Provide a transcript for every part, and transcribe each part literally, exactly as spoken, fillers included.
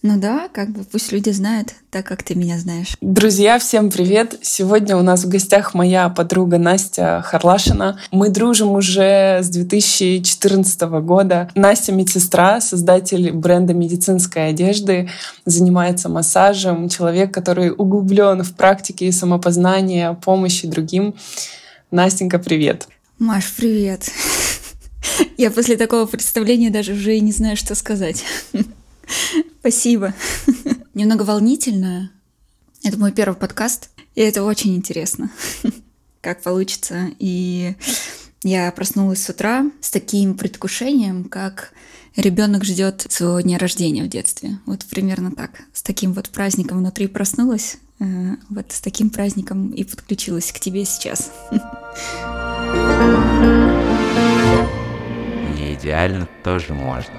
Ну да, как бы пусть люди знают так, как ты меня знаешь. Друзья, всем привет! Сегодня у нас в гостях моя подруга Настя Харлашина. Мы дружим уже с две тысячи четырнадцатого года. Настя — медсестра, создатель бренда медицинской одежды, занимается массажем, человек, который углублен в практике самопознания, помощи другим. Настенька, привет! Маш, привет! Я после такого представления даже уже и не знаю, что сказать. Спасибо. Немного волнительно. Это мой первый подкаст, и это очень интересно, как получится. И я проснулась с утра с таким предвкушением, как ребенок ждет своего дня рождения в детстве. Вот примерно так. С таким вот праздником внутри проснулась, вот с таким праздником и подключилась к тебе сейчас. Не идеально тоже можно.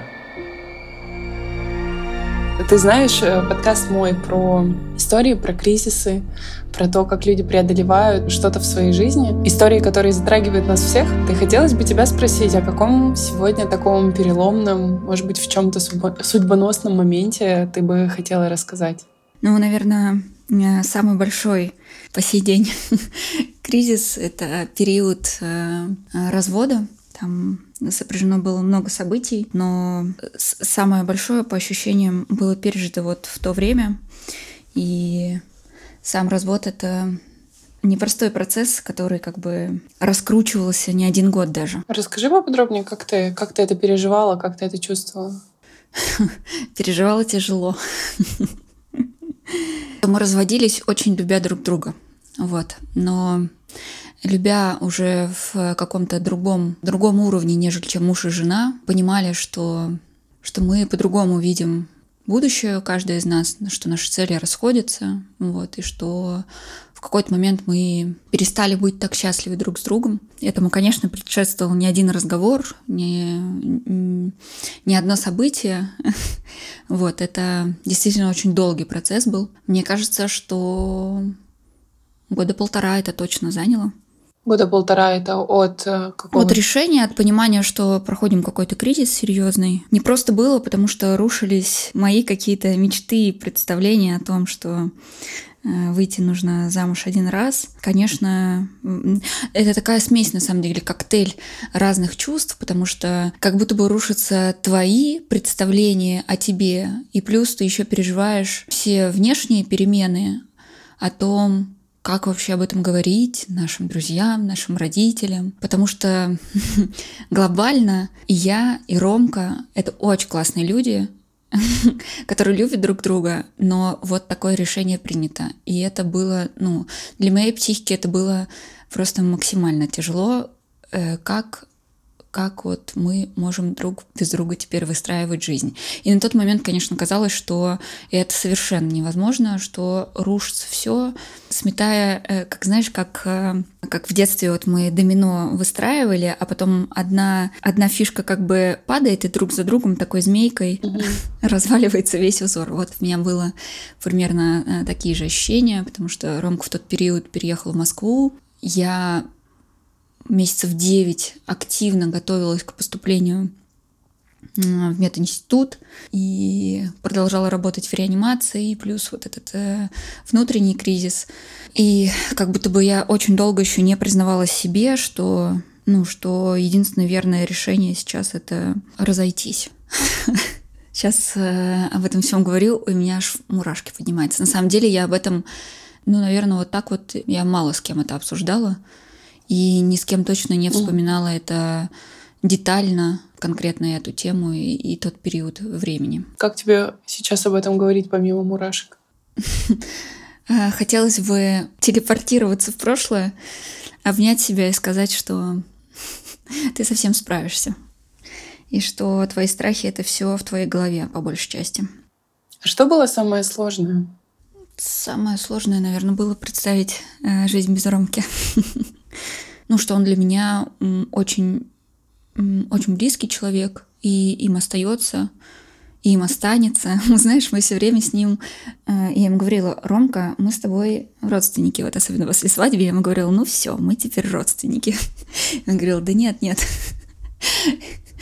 Ты знаешь, подкаст мой про истории, про кризисы, про то, как люди преодолевают что-то в своей жизни. Истории, которые затрагивают нас всех. И хотелось бы тебя спросить, о каком сегодня таком переломном, может быть, в чем-то судьбоносном моменте ты бы хотела рассказать? Ну, наверное, самый большой по сей день кризис — это период развода. Там сопряжено было много событий, но самое большое, по ощущениям, было пережито вот в то время. И сам развод — это непростой процесс, который как бы раскручивался не один год даже. Расскажи поподробнее, как ты, как ты это переживала, как ты это чувствовала? Переживала тяжело. Мы разводились, очень любя друг друга. Вот. Но любя уже в каком-то другом, другом уровне, нежели чем муж и жена, понимали, что, что мы по-другому видим будущее, каждый из нас, что наши цели расходятся, вот, и что в какой-то момент мы перестали быть так счастливы друг с другом. Этому, конечно, предшествовал не один разговор, не, не одно событие. Вот, это действительно очень долгий процесс был. Мне кажется, что года полтора это точно заняло. Года полтора это от какого? От решения, от понимания, что проходим какой-то кризис серьезный. Не просто было, потому что рушились мои какие-то мечты и представления о том, что выйти нужно замуж один раз. Конечно, это такая смесь, на самом деле, коктейль разных чувств, потому что как будто бы рушатся твои представления о тебе, и плюс ты еще переживаешь все внешние перемены о том, как вообще об этом говорить нашим друзьям, нашим родителям. Потому что глобально и я, и Ромка — это очень классные люди, которые любят друг друга, но вот такое решение принято. И это было, ну, для моей психики это было просто максимально тяжело, как как вот мы можем друг без друга теперь выстраивать жизнь. И на тот момент, конечно, казалось, что это совершенно невозможно, что рушится все, сметая, как знаешь, как, как в детстве вот мы домино выстраивали, а потом одна, одна фишка как бы падает, и друг за другом такой змейкой mm-hmm. разваливается весь узор. Вот у меня было примерно такие же ощущения, потому что Ромка в тот период переехал в Москву. Я месяцев девять активно готовилась к поступлению в мединститут и продолжала работать в реанимации, и плюс вот этот э, внутренний кризис. И как будто бы я очень долго еще не признавала себе, что, ну, что единственное верное решение сейчас — это разойтись. Сейчас э, об этом всем говорю, у меня аж мурашки поднимаются. На самом деле я об этом, ну, наверное, вот так вот я мало с кем это обсуждала. И ни с кем точно не вспоминала mm. это детально, конкретно эту тему и, и тот период времени. Как тебе сейчас об этом говорить, помимо мурашек? Хотелось бы телепортироваться в прошлое, обнять себя и сказать, что ты совсем справишься. И что твои страхи — это все в твоей голове, по большей части. А что было самое сложное? Самое сложное, наверное, было представить жизнь без Ромки. Ну, что он для меня очень, очень близкий человек, и им остается, и им останется. Знаешь, мы все время с ним... Я ему говорила: Ромка, мы с тобой родственники. Вот особенно после свадьбы я ему говорила: ну все, мы теперь родственники. Он говорил: да нет, нет.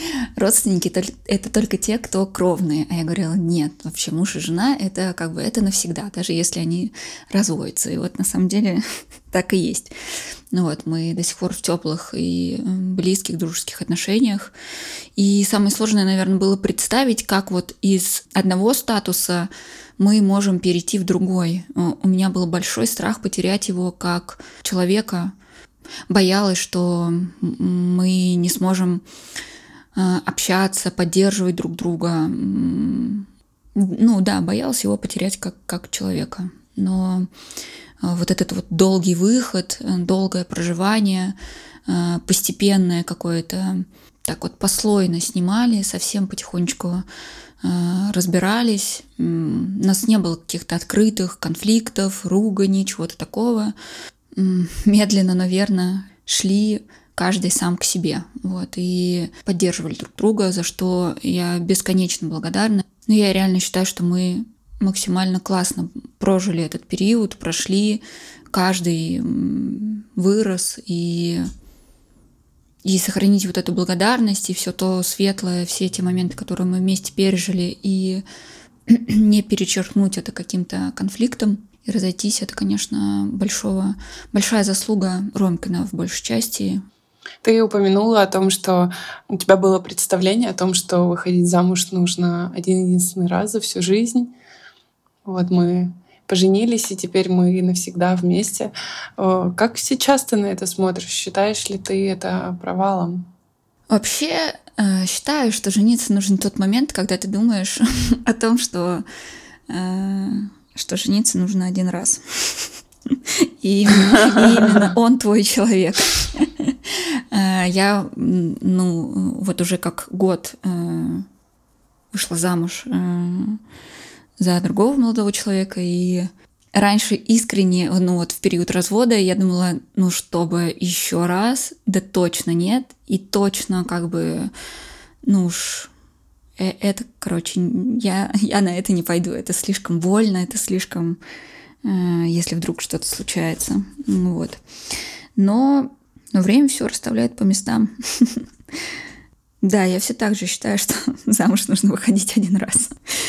родственники толь- это только те, кто кровные. А я говорила, нет, вообще муж и жена это как бы это навсегда, даже если они разводятся. И вот на самом деле так и есть. Ну вот, мы до сих пор в теплых и близких дружеских отношениях. И самое сложное, наверное, было представить, как вот из одного статуса мы можем перейти в другой. У меня был большой страх потерять его как человека. Боялась, что мы не сможем общаться, поддерживать друг друга. Ну да, боялась его потерять как, как человека. Но вот этот вот долгий выход, долгое проживание, постепенное какое-то, так вот послойно снимали, совсем потихонечку разбирались. У нас не было каких-то открытых конфликтов, руганий, чего-то такого. Медленно, но верно шли каждый сам к себе. Вот, и поддерживали друг друга, за что я бесконечно благодарна. Но я реально считаю, что мы максимально классно прожили этот период, прошли, каждый вырос, и, и сохранить вот эту благодарность, и все то светлое, все эти моменты, которые мы вместе пережили, и не перечеркнуть это каким-то конфликтом, и разойтись, это, конечно, большого, большая заслуга Ромкина в большей части. Ты упомянула о том, что у тебя было представление о том, что выходить замуж нужно один-единственный раз за всю жизнь. Вот мы поженились, и теперь мы навсегда вместе. Как сейчас ты на это смотришь? Считаешь ли ты это провалом? Вообще, считаю, что жениться нужен тот момент, когда ты думаешь о том, что, что жениться нужно один раз. И именно он твой человек. Я, ну, вот уже как год вышла замуж за другого молодого человека, и раньше искренне, ну вот в период развода я думала, ну чтобы еще раз, да точно нет, и точно как бы, ну уж это, короче, я, я на это не пойду, это слишком больно, это слишком, если вдруг что-то случается, вот. Но, но время все расставляет по местам. Да, я все так же считаю, что замуж нужно выходить один раз.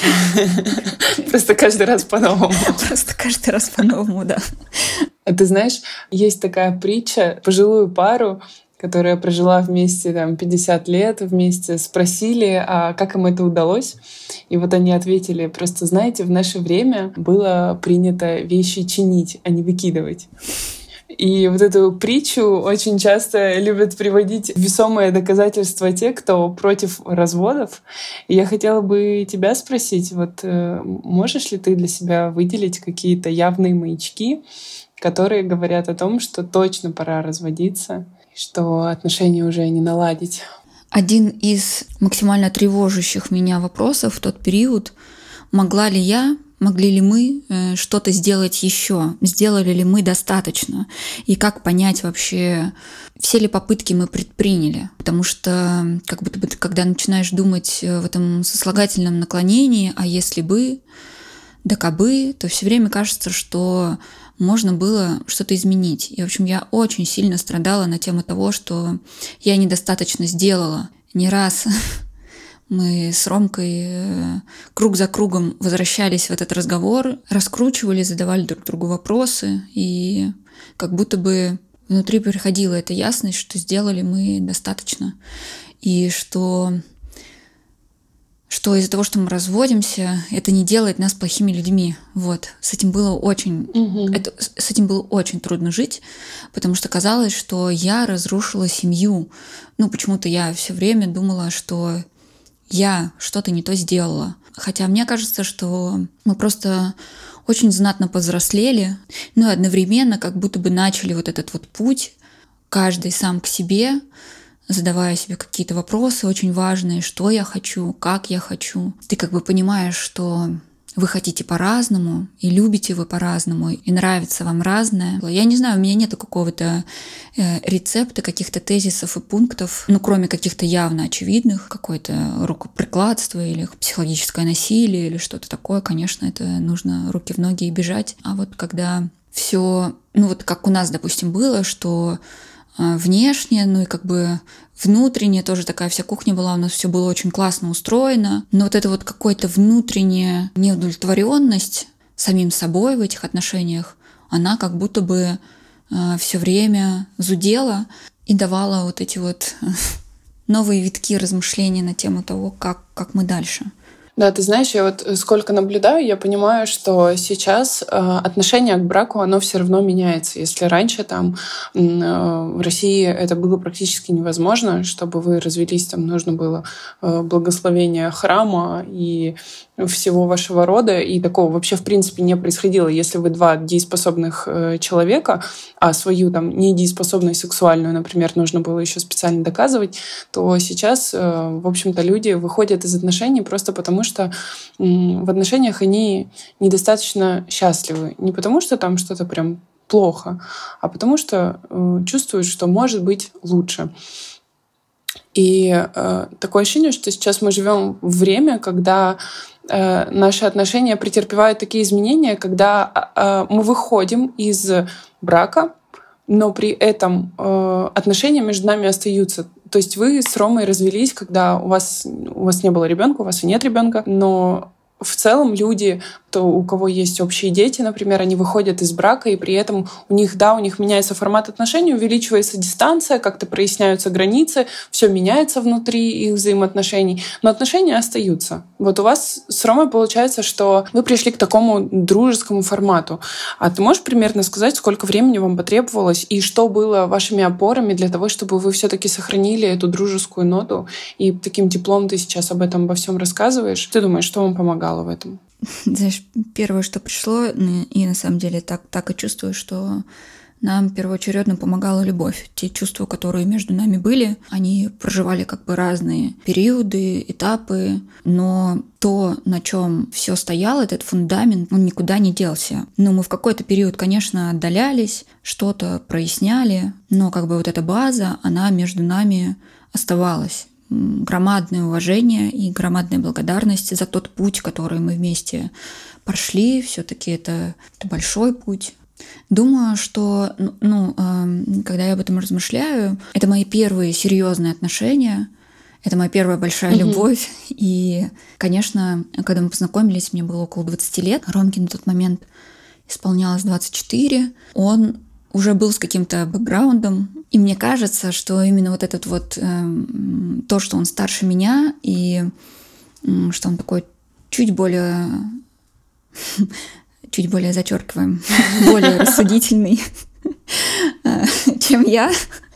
Просто каждый раз по-новому. Просто каждый раз по-новому, да. А ты знаешь, есть такая притча, пожилую пару, которая прожила вместе там, пятьдесят лет, вместе спросили, а как им это удалось. И вот они ответили, просто знаете, в наше время было принято вещи чинить, а не выкидывать. И вот эту притчу очень часто любят приводить весомые доказательства те, кто против разводов. И я хотела бы тебя спросить, вот можешь ли ты для себя выделить какие-то явные маячки, которые говорят о том, что точно пора разводиться, что отношения уже не наладить? Один из максимально тревожащих меня вопросов в тот период: могла ли я, могли ли мы э, что-то сделать еще, сделали ли мы достаточно, и как понять вообще, все ли попытки мы предприняли. Потому что как будто бы ты, когда начинаешь думать в этом сослагательном наклонении, а если бы, да кабы, то все время кажется, что можно было что-то изменить. И, в общем, я очень сильно страдала на тему того, что я недостаточно сделала. Не раз мы с Ромкой круг за кругом возвращались в этот разговор, раскручивали, задавали друг другу вопросы, и как будто бы внутри приходила эта ясность, что сделали мы достаточно, и что, что из-за того, что мы разводимся, это не делает нас плохими людьми. Вот. С этим было очень, угу. это, с этим было очень трудно жить, потому что казалось, что я разрушила семью. Ну, почему-то я все время думала, что я что-то не то сделала. Хотя мне кажется, что мы просто очень знатно повзрослели, но и одновременно как будто бы начали вот этот вот путь, каждый сам к себе, задавая себе какие-то вопросы очень важные, что я хочу, как я хочу. Ты как бы понимаешь, что вы хотите по-разному, и любите вы по-разному, и нравится вам разное. Я не знаю, у меня нету какого-то э, рецепта, каких-то тезисов и пунктов, ну, кроме каких-то явно очевидных, какое-то рукоприкладство или психологическое насилие или что-то такое, конечно, это нужно руки в ноги и бежать. А вот когда все, ну вот как у нас, допустим, было, что внешне, ну и как бы внутренне тоже такая вся кухня была, у нас все было очень классно устроено, но вот эта вот какая-то внутренняя неудовлетворенность самим собой в этих отношениях, она как будто бы все время зудела и давала вот эти вот новые витки размышления на тему того, как, как мы дальше. Да, ты знаешь, я вот сколько наблюдаю, я понимаю, что сейчас э, отношение к браку, оно все равно меняется. Если раньше там э, в России это было практически невозможно, чтобы вы развелись, там нужно было э, благословение храма и всего вашего рода, и такого вообще в принципе не происходило. Если вы два дееспособных э, человека, а свою там недееспособность сексуальную, например, нужно было еще специально доказывать, то сейчас, э, в общем-то, люди выходят из отношений просто потому, что э, в отношениях они недостаточно счастливы. Не потому, что там что-то прям плохо, а потому что э, чувствуют, что может быть лучше. И э, такое ощущение, что сейчас мы живем в время, когда э, наши отношения претерпевают такие изменения, когда э, мы выходим из брака, но при этом э, отношения между нами остаются. То есть вы с Ромой развелись, когда у вас, у вас не было ребенка, у вас и нет ребенка, но в целом люди, то у кого есть общие дети, например, они выходят из брака, и при этом у них, да, у них меняется формат отношений, увеличивается дистанция, как-то проясняются границы, все меняется внутри их взаимоотношений, но отношения остаются. Вот у вас с Ромой получается, что вы пришли к такому дружескому формату. А ты можешь примерно сказать, сколько времени вам потребовалось, и что было вашими опорами для того, чтобы вы все-таки сохранили эту дружескую ноту, и таким теплом ты сейчас об этом обо всем рассказываешь? Ты думаешь, что вам помогало в этом? Знаешь, первое, что пришло, и на самом деле так, так и чувствую, что нам первоочередно помогала любовь. Те чувства, которые между нами были, они проживали как бы разные периоды, этапы, но то, на чем все стояло, этот фундамент, он никуда не делся. Но мы в какой-то период, конечно, отдалялись, что-то проясняли, но как бы вот эта база, она между нами оставалась. Громадное уважение и громадная благодарность за тот путь, который мы вместе прошли. Все-таки это, это большой путь. Думаю, что, ну, когда я об этом размышляю, это мои первые серьезные отношения, это моя первая большая mm-hmm. любовь. И, конечно, когда мы познакомились, мне было около двадцати лет. Ромке на тот момент исполнялось двадцать четыре. Он уже был с каким-то бэкграундом. И мне кажется, что именно вот этот вот э, то, что он старше меня, и э, что он такой чуть более, чуть более зачеркиваем, более рассудительный, чем я,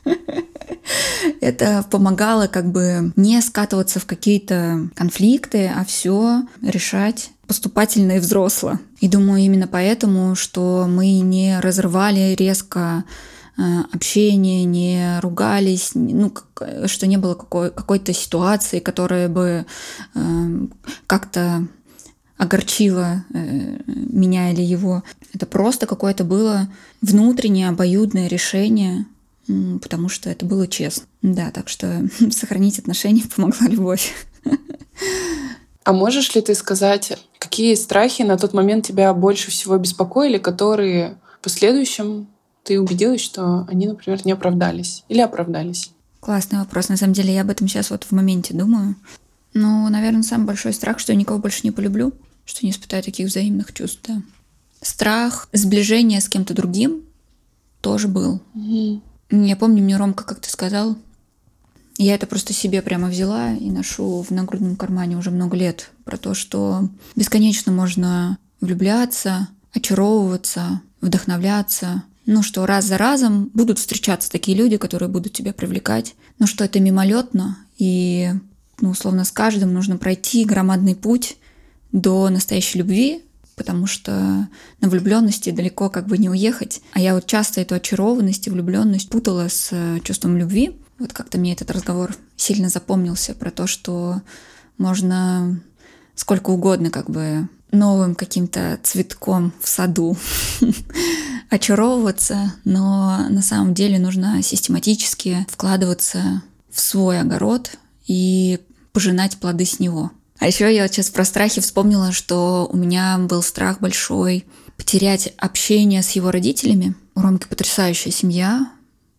это помогало как бы не скатываться в какие-то конфликты, а все решать поступательно и взросло. И думаю, именно поэтому, что мы не разрывали резко общение, не ругались, ну, что не было какой- какой-то ситуации, которая бы э, как-то огорчила э, меня или его. Это просто какое-то было внутреннее обоюдное решение, э, потому что это было честно. Да, так что сохранить отношения помогла любовь. А можешь ли ты сказать, какие страхи на тот момент тебя больше всего беспокоили, которые в последующем ты убедилась, что они, например, не оправдались или оправдались? Классный вопрос. На самом деле я об этом сейчас вот в моменте думаю. Ну, наверное, самый большой страх, что я никого больше не полюблю, что не испытаю таких взаимных чувств. Да. Страх сближения с кем-то другим тоже был. Mm-hmm. Я помню, мне Ромка как-то сказал, я это просто себе прямо взяла и ношу в нагрудном кармане уже много лет, про то, что бесконечно можно влюбляться, очаровываться, вдохновляться, ну, что раз за разом будут встречаться такие люди, которые будут тебя привлекать, но что это мимолетно, и, ну, условно, с каждым нужно пройти громадный путь до настоящей любви, потому что на влюбленности далеко как бы не уехать. А я вот часто эту очарованность и влюбленность путала с чувством любви. Вот как-то мне этот разговор сильно запомнился про то, что можно сколько угодно как бы новым каким-то цветком в саду очаровываться, но на самом деле нужно систематически вкладываться в свой огород и пожинать плоды с него. А еще я вот сейчас про страхи вспомнила, что у меня был страх большой потерять общение с его родителями. У Ромки потрясающая семья,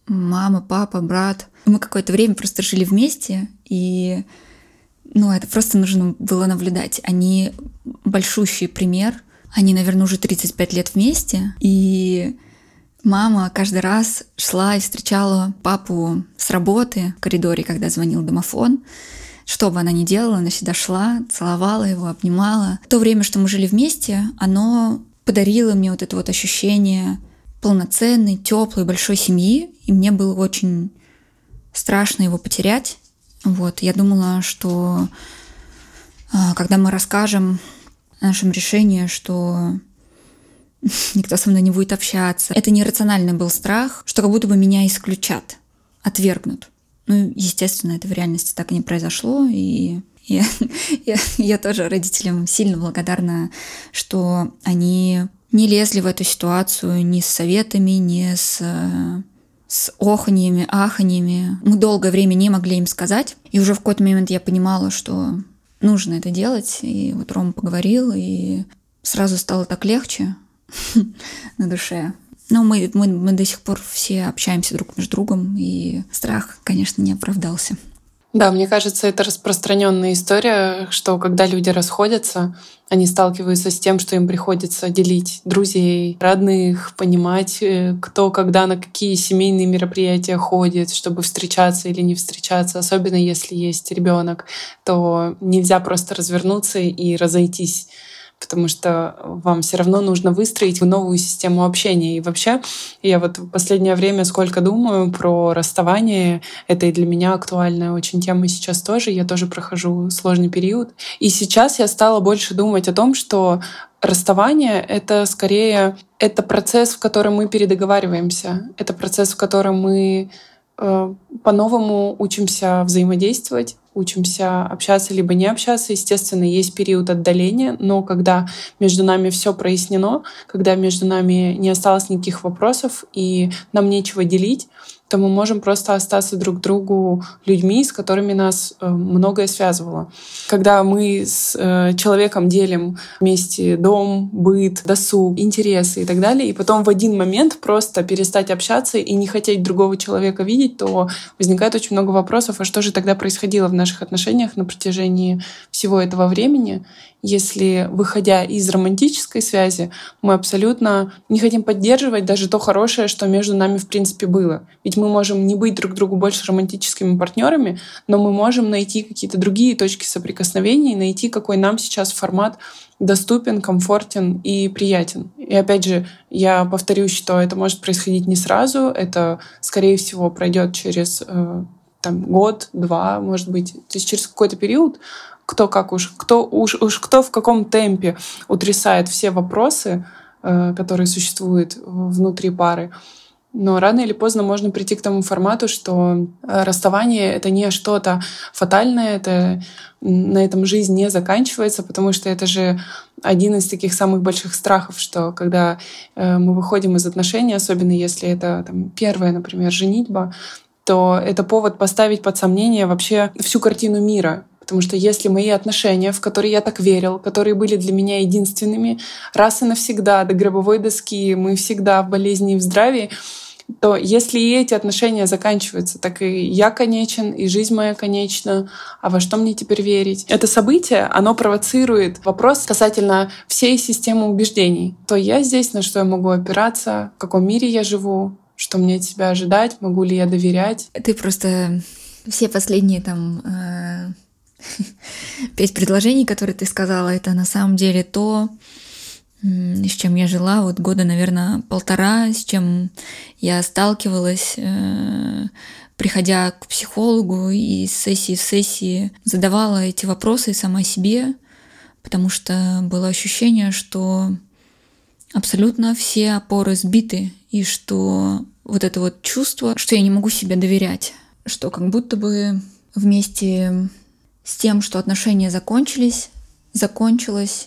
мама, папа, брат. Мы какое-то время просто жили вместе, и ну, это просто нужно было наблюдать. Они большущий пример. Они, наверное, уже тридцать пять лет вместе, и мама каждый раз шла и встречала папу с работы в коридоре, когда звонил домофон. Что бы она ни делала, она всегда шла, целовала его, обнимала. То время, что мы жили вместе, оно подарило мне вот это вот ощущение полноценной, теплой, большой семьи, и мне было очень страшно его потерять. Вот, я думала, что когда мы расскажем о нашем решении, что никто со мной не будет общаться, это нерациональный был страх, что как будто бы меня исключат, отвергнут. Ну, естественно, это в реальности так и не произошло, и я, я, я тоже родителям сильно благодарна, что они не лезли в эту ситуацию ни с советами, ни с, с оханьями, аханьями. Мы долгое время не могли им сказать, и уже в какой-то момент я понимала, что нужно это делать, и вот Рома поговорил, и сразу стало так легче на душе. Но мы, мы, мы до сих пор все общаемся друг между другом, и страх, конечно, не оправдался. Да, мне кажется, это распространенная история, что когда люди расходятся, они сталкиваются с тем, что им приходится делить друзей, родных, понимать, кто когда на какие семейные мероприятия ходит, чтобы встречаться или не встречаться. Особенно если есть ребенок, то нельзя просто развернуться и разойтись, потому что вам все равно нужно выстроить новую систему общения. И вообще, я вот в последнее время сколько думаю про расставание, это и для меня актуальная очень тема сейчас тоже. Я тоже прохожу сложный период. И сейчас я стала больше думать о том, что расставание — это скорее это процесс, в котором мы передоговариваемся. Это процесс, в котором мы э, по-новому учимся взаимодействовать, учимся общаться либо не общаться. Естественно, есть период отдаления, но когда между нами все прояснено, когда между нами не осталось никаких вопросов и нам нечего делить, то мы можем просто остаться друг другу людьми, с которыми нас многое связывало. Когда мы с человеком делим вместе дом, быт, досуг, интересы и так далее, и потом в один момент просто перестать общаться и не хотеть другого человека видеть, то возникает очень много вопросов, а что же тогда происходило в наших отношениях на протяжении всего этого времени, если, выходя из романтической связи, мы абсолютно не хотим поддерживать даже то хорошее, что между нами в принципе было. Ведь мы можем не быть друг другу больше романтическими партнерами, но мы можем найти какие-то другие точки соприкосновения и найти, какой нам сейчас формат доступен, комфортен и приятен. И опять же, я повторюсь, что это может происходить не сразу, это, скорее всего, пройдет через э, там, год, два, может быть, то есть через какой-то период, кто как уж, кто уж, уж кто в каком темпе утрясает все вопросы, э, которые существуют внутри пары. Но рано или поздно можно прийти к тому формату, что расставание — это не что-то фатальное, это, на этом жизнь не заканчивается, потому что это же один из таких самых больших страхов, что когда э, мы выходим из отношений, особенно если это там, первая, например, женитьба, то это повод поставить под сомнение вообще всю картину мира. Потому что если мои отношения, в которые я так верил, которые были для меня единственными, раз и навсегда, до гробовой доски, мы всегда в болезни и в здравии, то если и эти отношения заканчиваются, так и я конечен, и жизнь моя конечна, а во что мне теперь верить? Это событие, оно провоцирует вопрос касательно всей системы убеждений. То я здесь, на что я могу опираться, в каком мире я живу, что мне от себя ожидать, могу ли я доверять. Ты просто все последние там э, пять предложений, которые ты сказала, это на самом деле то, с чем я жила вот года, наверное, полтора, с чем я сталкивалась, э, приходя к психологу и с сессии в сессии задавала эти вопросы сама себе, потому что было ощущение, что абсолютно все опоры сбиты, и что вот это вот чувство, что я не могу себе доверять, что как будто бы вместе с тем, что отношения закончились, закончилось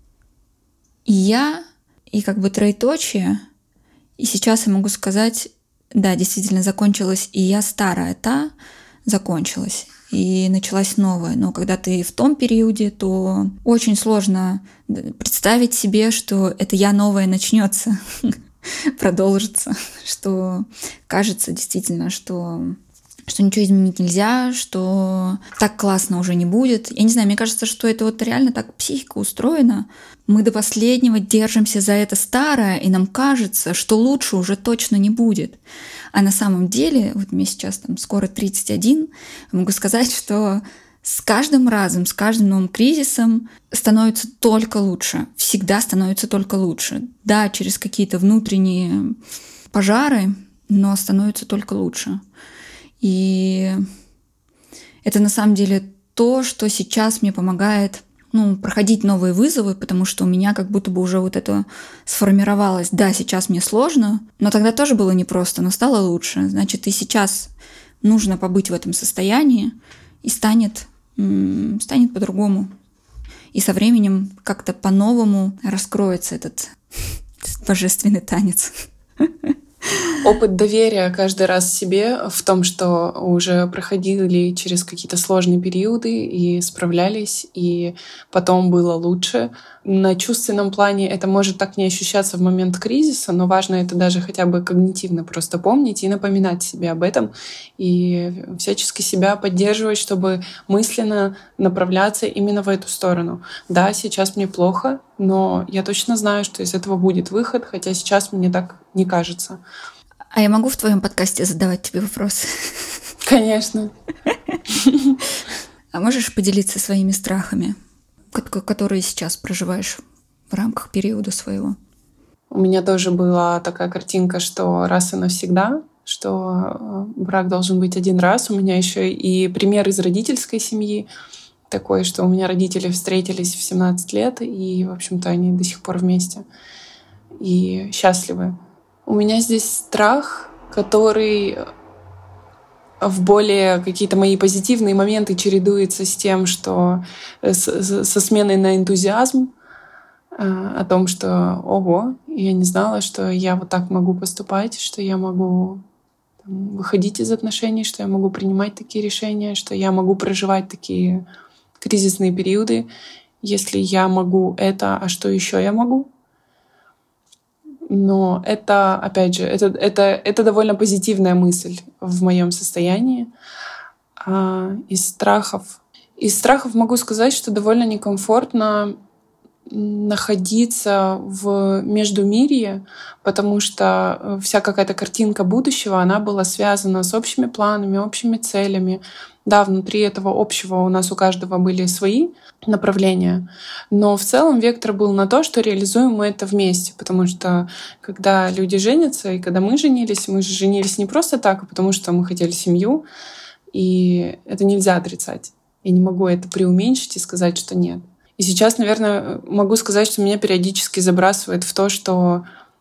и я, и как бы троеточие. И сейчас я могу сказать, да, действительно закончилась и я старая, та закончилась, и началась новая. Но когда ты в том периоде, то очень сложно представить себе, что это я новая начнется. продолжится, что кажется действительно, что, что ничего изменить нельзя, что так классно уже не будет. Я не знаю, мне кажется, что это вот реально так психика устроена. Мы до последнего держимся за это старое, и нам кажется, что лучше уже точно не будет. А на самом деле, вот мне сейчас там скоро тридцать один, могу сказать, что с каждым разом, с каждым новым кризисом становится только лучше. Всегда становится только лучше. Да, через какие-то внутренние пожары, но становится только лучше. И это на самом деле то, что сейчас мне помогает ну, проходить новые вызовы, потому что у меня как будто бы уже вот это сформировалось. Да, сейчас мне сложно, но тогда тоже было непросто, но стало лучше. Значит, и сейчас нужно побыть в этом состоянии, и станет станет по-другому. И со временем как-то по-новому раскроется этот божественный танец. Опыт доверия каждый раз себе в том, что уже проходили через какие-то сложные периоды и справлялись, и потом было лучше. На чувственном плане это может так не ощущаться в момент кризиса, но важно это даже хотя бы когнитивно просто помнить и напоминать себе об этом, и всячески себя поддерживать, чтобы мысленно направляться именно в эту сторону. Да, сейчас мне плохо, но я точно знаю, что из этого будет выход, хотя сейчас мне так не кажется. А я могу в твоем подкасте задавать тебе вопросы? Конечно. А можешь поделиться своими страхами, которые сейчас проживаешь в рамках периода своего? У меня тоже была такая картинка, что раз и навсегда, что брак должен быть один раз. У меня еще и пример из родительской семьи такой, что у меня родители встретились в семнадцать лет, и, в общем-то, они до сих пор вместе и счастливы. У меня здесь страх, который в более какие-то мои позитивные моменты чередуется с тем, что со сменой на энтузиазм, о том, что ого, я не знала, что я вот так могу поступать, что я могу там, выходить из отношений, что я могу принимать такие решения, что я могу проживать такие кризисные периоды. Если я могу это, а что еще я могу? Но это, опять же, это, это, это довольно позитивная мысль в моем состоянии. А из страхов. Из страхов могу сказать, что довольно некомфортно находиться в междумирье, потому что вся какая-то картинка будущего, она была связана с общими планами, общими целями. Да, внутри этого общего у нас у каждого были свои направления, но в целом вектор был на то, что реализуем мы это вместе, потому что когда люди женятся, и когда мы женились, мы же женились не просто так, а потому что мы хотели семью, и это нельзя отрицать. Я не могу это преуменьшить и сказать, что нет. И сейчас, наверное, могу сказать, что меня периодически забрасывает в то, что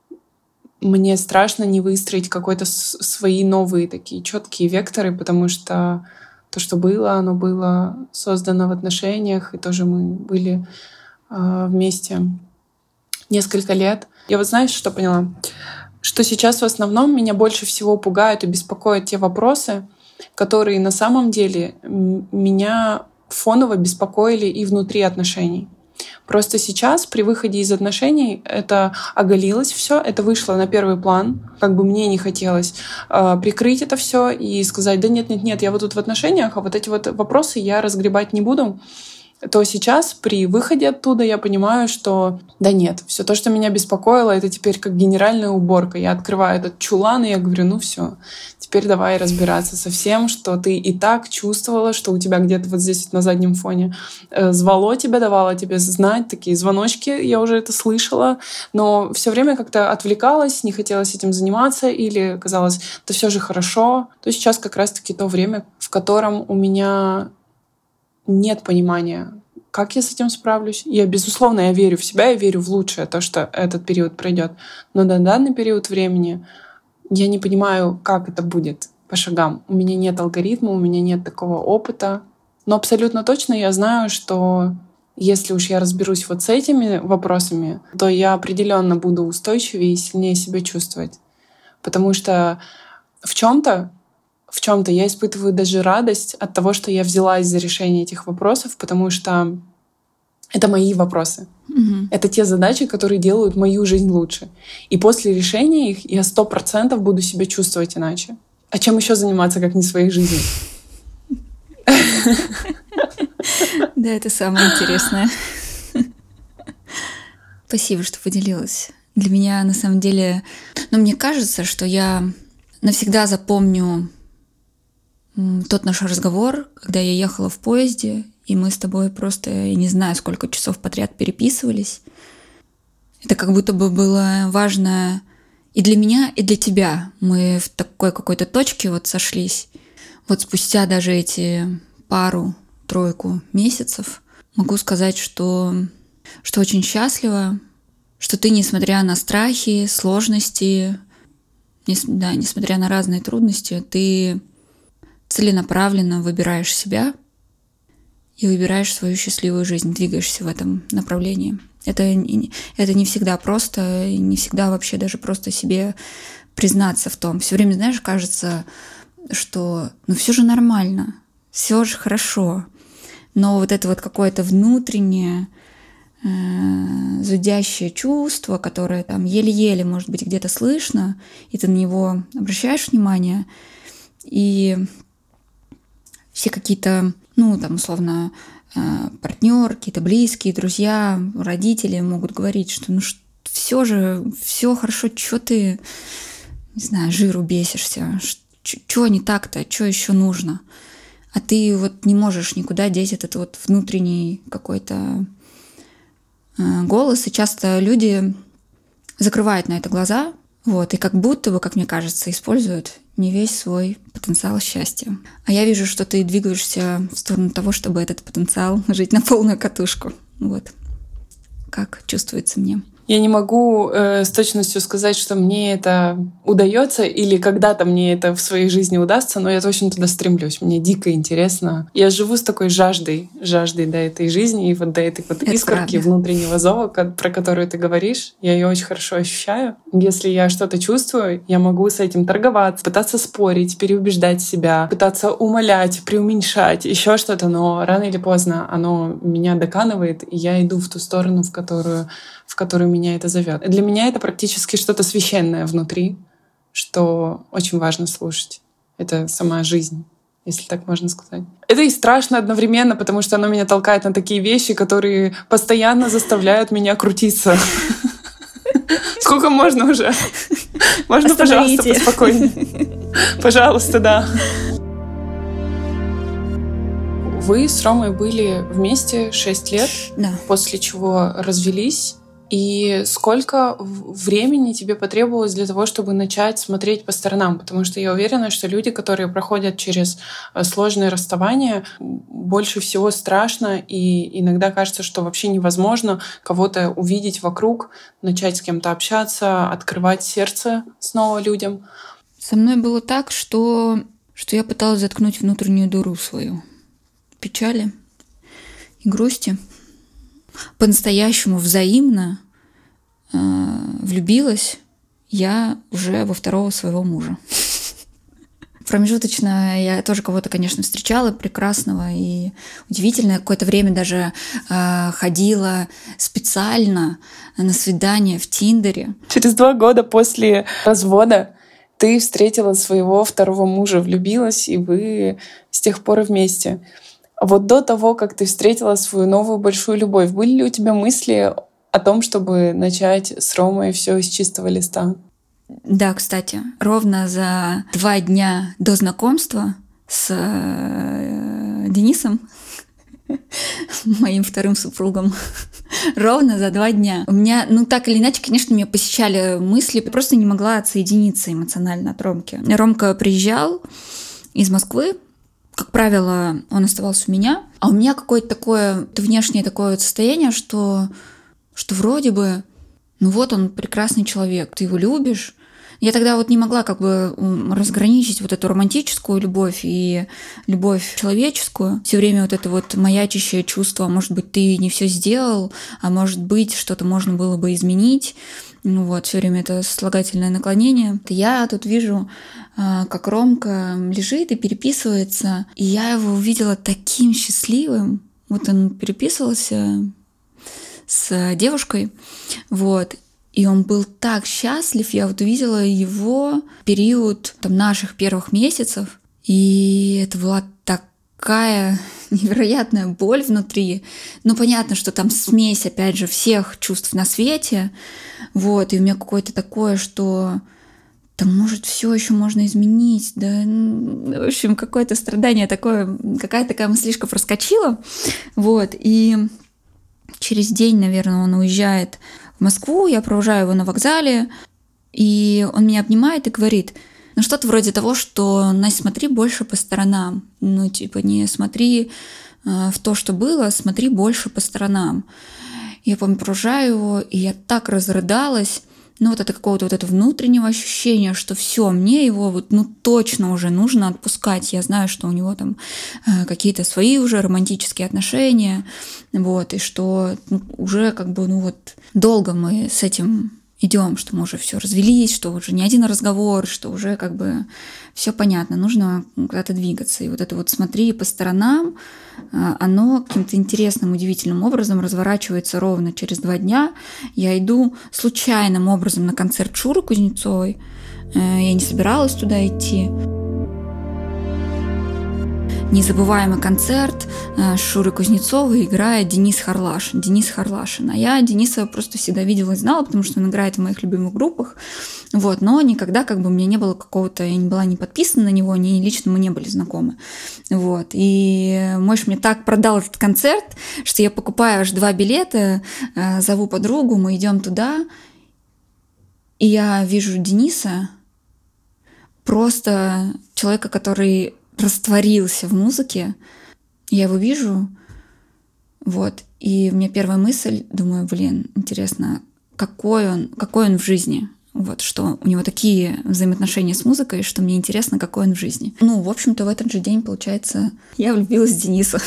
мне страшно не выстроить какой-то свои новые такие четкие векторы, потому что то, что было, оно было создано в отношениях, и тоже мы были э, вместе несколько лет. Я вот знаешь, что поняла? Что сейчас в основном меня больше всего пугают и беспокоят те вопросы, которые на самом деле меня фоново беспокоили и внутри отношений. Просто сейчас, при выходе из отношений, это оголилось все, это вышло на первый план. Как бы мне не хотелось э, прикрыть это все и сказать, да нет, нет, нет, я вот тут в отношениях, а вот эти вот вопросы я разгребать не буду. То сейчас при выходе оттуда я понимаю, что да нет, все то, что меня беспокоило, это теперь как генеральная уборка. Я открываю этот чулан, и я говорю, ну все, теперь давай разбираться со всем, что ты и так чувствовала, что у тебя где-то вот здесь вот на заднем фоне э, звало тебя, давало тебе знать, такие звоночки, я уже это слышала, но все время как-то отвлекалась, не хотелось этим заниматься, или казалось, да все же хорошо. То сейчас как раз-таки то время, в котором у меня нет понимания, как я с этим справлюсь. Я, безусловно, я верю в себя, я верю в лучшее, то, что этот период пройдет. Но на данный период времени я не понимаю, как это будет по шагам. У меня нет алгоритма, у меня нет такого опыта. Но абсолютно точно я знаю, что если уж я разберусь вот с этими вопросами, то я определенно буду устойчивее и сильнее себя чувствовать. Потому что в чем-то В чем-то я испытываю даже радость от того, что я взялась за решение этих вопросов, потому что Это мои вопросы. Мгм. Это те задачи, которые делают мою жизнь лучше. И после решения их я сто процентов буду себя чувствовать иначе. А чем еще заниматься, как не своей жизнью? Да, это самое интересное. Спасибо, что поделилась. Для меня, на самом деле, ну, мне кажется, что я навсегда запомню м, тот наш разговор, когда я ехала в поезде, и мы с тобой просто, я не знаю, сколько часов подряд переписывались. Это как будто бы было важно и для меня, и для тебя. Мы в такой какой-то точке вот сошлись. Вот спустя даже эти пару-тройку месяцев могу сказать, что, что очень счастлива, что ты, несмотря на страхи, сложности, нес- да, несмотря на разные трудности, ты целенаправленно выбираешь себя и выбираешь свою счастливую жизнь, двигаешься в этом направлении. Это, не- это не всегда просто, и не всегда вообще даже просто себе признаться в том. Все время, знаешь, кажется, что ну все же нормально, все же хорошо. Но вот это вот какое-то внутреннее э, зудящее чувство, которое там еле-еле, может быть, где-то слышно, и ты на него обращаешь внимание, и все какие-то, ну, там, условно, партнер, какие-то близкие, друзья, родители могут говорить, что ну все же, все хорошо, что ты, не знаю, жиру бесишься, что не так-то, что еще нужно. А ты вот не можешь никуда деть этот вот внутренний какой-то голос, и часто люди закрывают на это глаза, вот, и как будто бы, как мне кажется, используют не весь свой потенциал счастья. А я вижу, что ты двигаешься в сторону того, чтобы этот потенциал жить на полную катушку. Вот. Как чувствуется мне. Я не могу э, с точностью сказать, что мне это удается или когда-то мне это в своей жизни удастся, но я точно туда стремлюсь. Мне дико интересно. Я живу с такой жаждой, жаждой до этой жизни и вот до этой вот Это искорки правда. внутреннего зова, ко- про которую ты говоришь. Я ее очень хорошо ощущаю. Если я что-то чувствую, я могу с этим торговаться, пытаться спорить, переубеждать себя, пытаться умалять, преуменьшать, еще что-то, но рано или поздно оно меня доканывает, и я иду в ту сторону, в которую в которую меня это зовет. Для меня это практически что-то священное внутри, что очень важно слушать. Это сама жизнь, если так можно сказать. Это и страшно одновременно, потому что оно меня толкает на такие вещи, которые постоянно заставляют меня крутиться. Сколько можно уже? Можно, пожалуйста, поспокойнее? Пожалуйста, да. Вы с Ромой были вместе шесть лет, Да. после чего развелись. И сколько времени тебе потребовалось для того, чтобы начать смотреть по сторонам? Потому что я уверена, что люди, которые проходят через сложные расставания, больше всего страшно, и иногда кажется, что вообще невозможно кого-то увидеть вокруг, начать с кем-то общаться, открывать сердце снова людям. Со мной было так, что, что я пыталась заткнуть внутреннюю дуру свою. Печали и грусти. По-настоящему взаимно э, влюбилась я уже во второго своего мужа. Промежуточно я тоже кого-то, конечно, встречала прекрасного и удивительно. Какое-то время даже э, ходила специально на свидание в Тиндере. Через два года после развода ты встретила своего второго мужа, влюбилась, и вы с тех пор вместе. Вот до того, как ты встретила свою новую большую любовь, были ли у тебя мысли о том, чтобы начать с Ромой все с чистого листа? Да, кстати, ровно за два дня до знакомства с э, Денисом, моим вторым супругом, ровно за два дня. У меня, ну так или иначе, конечно, меня посещали мысли, я просто не могла отсоединиться эмоционально от Ромки. Ромка приезжал из Москвы, как правило, он оставался у меня, а у меня какое-то такое внешнее такое вот состояние, что, что вроде бы, ну вот он прекрасный человек, ты его любишь. Я тогда вот не могла как бы разграничить вот эту романтическую любовь и любовь человеческую. Все время вот это вот маячащее чувство, может быть, ты не все сделал, а может быть, что-то можно было бы изменить. Ну вот, все время это сослагательное наклонение. Я тут вижу, как Ромка лежит и переписывается, и я его увидела таким счастливым. Вот он переписывался с девушкой, вот, и он был так счастлив, я вот увидела его период там, наших первых месяцев, и это была такая невероятная боль внутри. Ну, понятно, что там смесь, опять же, всех чувств на свете, вот, и у меня какое-то такое, что там, может, все еще можно изменить, да, в общем, какое-то страдание такое, какая-то такая мыслишка проскочила, вот, и через день, наверное, он уезжает в Москву, я провожаю его на вокзале, и он меня обнимает и говорит, ну, что-то вроде того, что, Настя, смотри больше по сторонам, ну, типа, не смотри э, в то, что было, смотри больше по сторонам. Я, помню, провожаю его, и я так разрыдалась, ну, вот это какого-то вот этого внутреннего ощущения, что все, мне его вот, ну, точно уже нужно отпускать. Я знаю, что у него там э, какие-то свои уже романтические отношения, вот, и что ну, уже как бы, ну, вот, долго мы с этим идем, что мы уже все развелись, что уже не один разговор, что уже как бы все понятно, нужно куда-то двигаться. И вот это вот смотри по сторонам, оно каким-то интересным, удивительным образом разворачивается ровно через два дня. Я иду случайным образом на концерт Шуры Кузнецовой. Я не собиралась туда идти. Незабываемый концерт с Шурой Кузнецовой играет Денис Харлашин. Денис Харлашин. А я Дениса просто всегда видела и знала, потому что он играет в моих любимых группах. Вот, но никогда как бы у меня не было какого-то, я не была не подписана на него, ни лично мы не были знакомы. Вот. И муж мне так продал этот концерт, что я покупаю аж два билета, зову подругу, мы идем туда, и я вижу Дениса, просто человека, который растворился в музыке. Я его вижу, вот, и у меня первая мысль, думаю, блин, интересно, какой он, какой он в жизни, вот, что у него такие взаимоотношения с музыкой, что мне интересно, какой он в жизни. Ну, в общем-то, в этот же день, получается, я влюбилась в Дениса.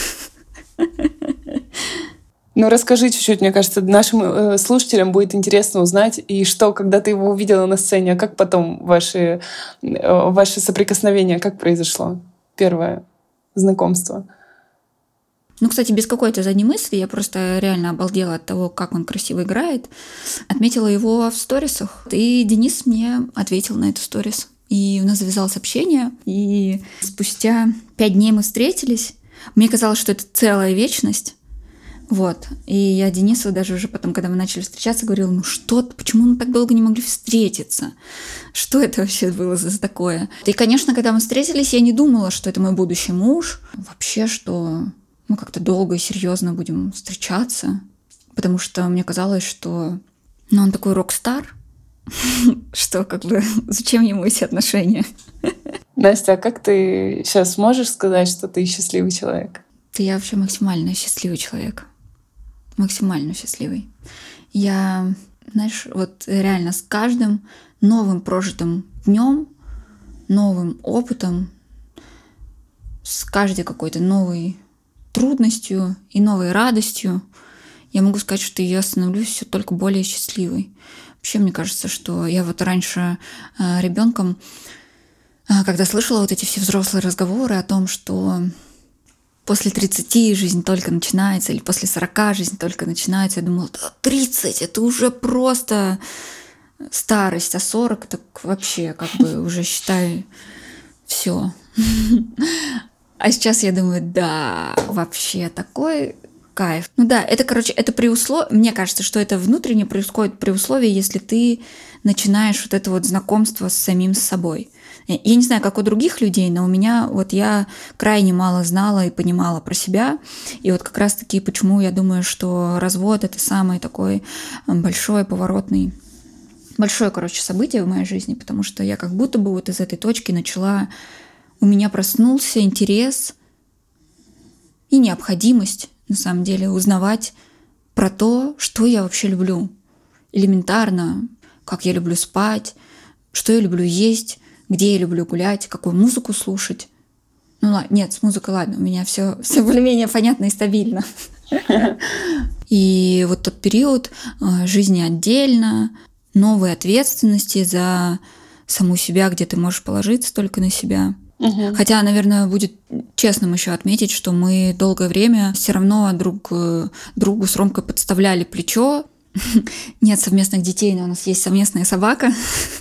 Ну, расскажи чуть-чуть, мне кажется, нашим э, слушателям будет интересно узнать, и что, когда ты его увидела на сцене, а как потом ваши, э, ваши соприкосновения, как произошло первое знакомство? Ну, кстати, без какой-то задней мысли, я просто реально обалдела от того, как он красиво играет. Отметила его в сторисах, и Денис мне ответил на эту сторис. И у нас завязалось общение, и спустя пять дней мы встретились. Мне казалось, что это целая вечность. Вот. И я Денису даже уже потом, когда мы начали встречаться, говорила, ну что, почему мы так долго не могли встретиться? Что это вообще было за такое? И, конечно, когда мы встретились, я не думала, что это мой будущий муж. Вообще, что мы как-то долго и серьезно будем встречаться. Потому что мне казалось, что ну, он такой рок-стар, что как бы зачем ему эти отношения? Настя, а как ты сейчас можешь сказать, что ты счастливый человек? Да я вообще максимально счастливый человек. Максимально счастливый. Я, знаешь, вот реально с каждым новым прожитым днем, новым опытом, с каждой какой-то новой трудностью и новой радостью я могу сказать, что я становлюсь все только более счастливой. Вообще, мне кажется, что я вот раньше э, ребенком, э, когда слышала вот эти все взрослые разговоры о том, что после тридцати жизнь только начинается, или после сорока жизнь только начинается. Я думала, да, тридцать, это уже просто старость, а сорок так вообще как бы уже считаю все. А сейчас я думаю, да, вообще такой кайф. Ну да, это, короче, это при условии, мне кажется, что это внутренне происходит при условии, если ты начинаешь вот это вот знакомство с самим собой. Я не знаю, как у других людей, но у меня вот я крайне мало знала и понимала про себя. И вот как раз-таки почему я думаю, что развод — это самый такой большой поворотный, большое, короче, событие в моей жизни, потому что я как будто бы вот из этой точки начала, у меня проснулся интерес и необходимость, на самом деле, узнавать про то, что я вообще люблю. Элементарно, как я люблю спать, что я люблю есть, где я люблю гулять, какую музыку слушать. Ну ладно, нет, с музыкой ладно, у меня все, все более-менее понятно и стабильно. И вот тот период жизни отдельно, новые ответственности за саму себя, где ты можешь положиться только на себя. Угу. Хотя, наверное, будет честным еще отметить, что мы долгое время все равно друг другу с Ромкой подставляли плечо. Нет совместных детей, но у нас есть совместная собака.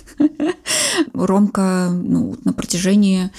Ромка ну, на протяжении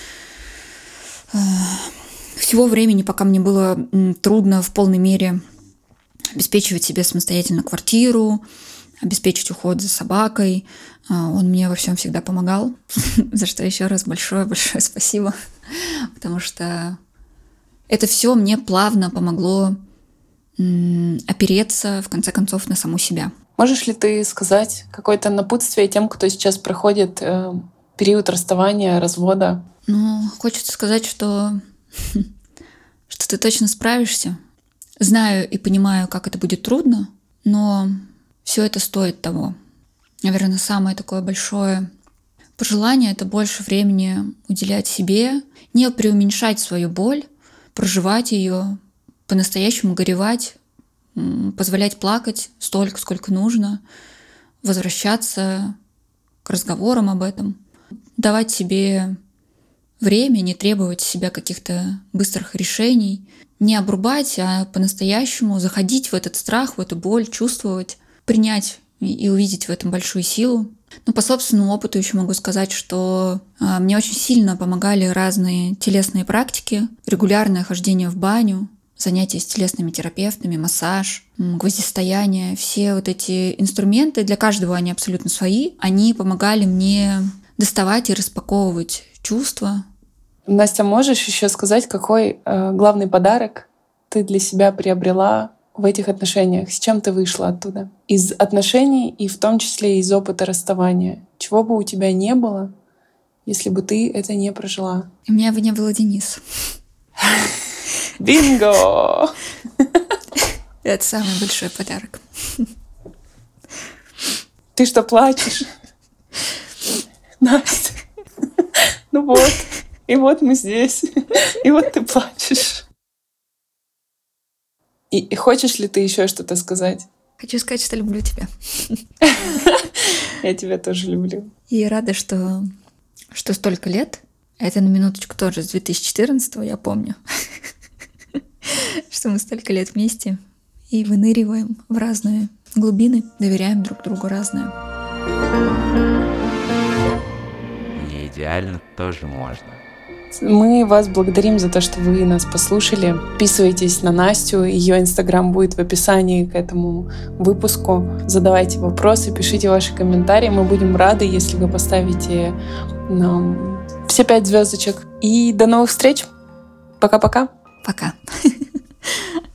всего времени, пока мне было трудно в полной мере обеспечивать себе самостоятельно квартиру, обеспечить уход за собакой, он мне во всем всегда помогал, за что еще раз большое-большое спасибо, потому что это все мне плавно помогло опереться, в конце концов, на саму себя. Можешь ли ты сказать какое-то напутствие тем, кто сейчас проходит э, период расставания, развода? Ну, хочется сказать, что, что ты точно справишься. Знаю и понимаю, как это будет трудно, но все это стоит того. Наверное, самое такое большое пожелание — это больше времени уделять себе, не преуменьшать свою боль, проживать ее, по-настоящему горевать, позволять плакать столько, сколько нужно, возвращаться к разговорам об этом, давать себе время, не требовать от себя каких-то быстрых решений, не обрубать, а по-настоящему заходить в этот страх, в эту боль, чувствовать, принять и увидеть в этом большую силу. Ну, по собственному опыту еще могу сказать, что а, мне очень сильно помогали разные телесные практики, регулярное хождение в баню, занятия с телесными терапевтами, массаж, гвоздистояние. Все вот эти инструменты, для каждого они абсолютно свои, они помогали мне доставать и распаковывать чувства. Настя, можешь еще сказать, какой э, главный подарок ты для себя приобрела в этих отношениях? С чем ты вышла оттуда? Из отношений и в том числе из опыта расставания. Чего бы у тебя не было, если бы ты это не прожила? У меня бы не было Дениса. Бинго! Это самый большой подарок. Ты что, плачешь? Настя, ну вот, и вот мы здесь, и вот ты плачешь. И, и хочешь ли ты еще что-то сказать? Хочу сказать, что люблю тебя. Я тебя тоже люблю. И рада, что, что столько лет. Это на минуточку тоже с две тысячи четырнадцатого, я помню. Что мы столько лет вместе и выныриваем в разные глубины, доверяем друг другу разное. Не идеально тоже можно. Мы вас благодарим за то, что вы нас послушали. Подписывайтесь на Настю, ее инстаграм будет в описании к этому выпуску. Задавайте вопросы, пишите ваши комментарии. Мы будем рады, если вы поставите нам все пять звездочек. И до новых встреч. Пока-пока. Пока.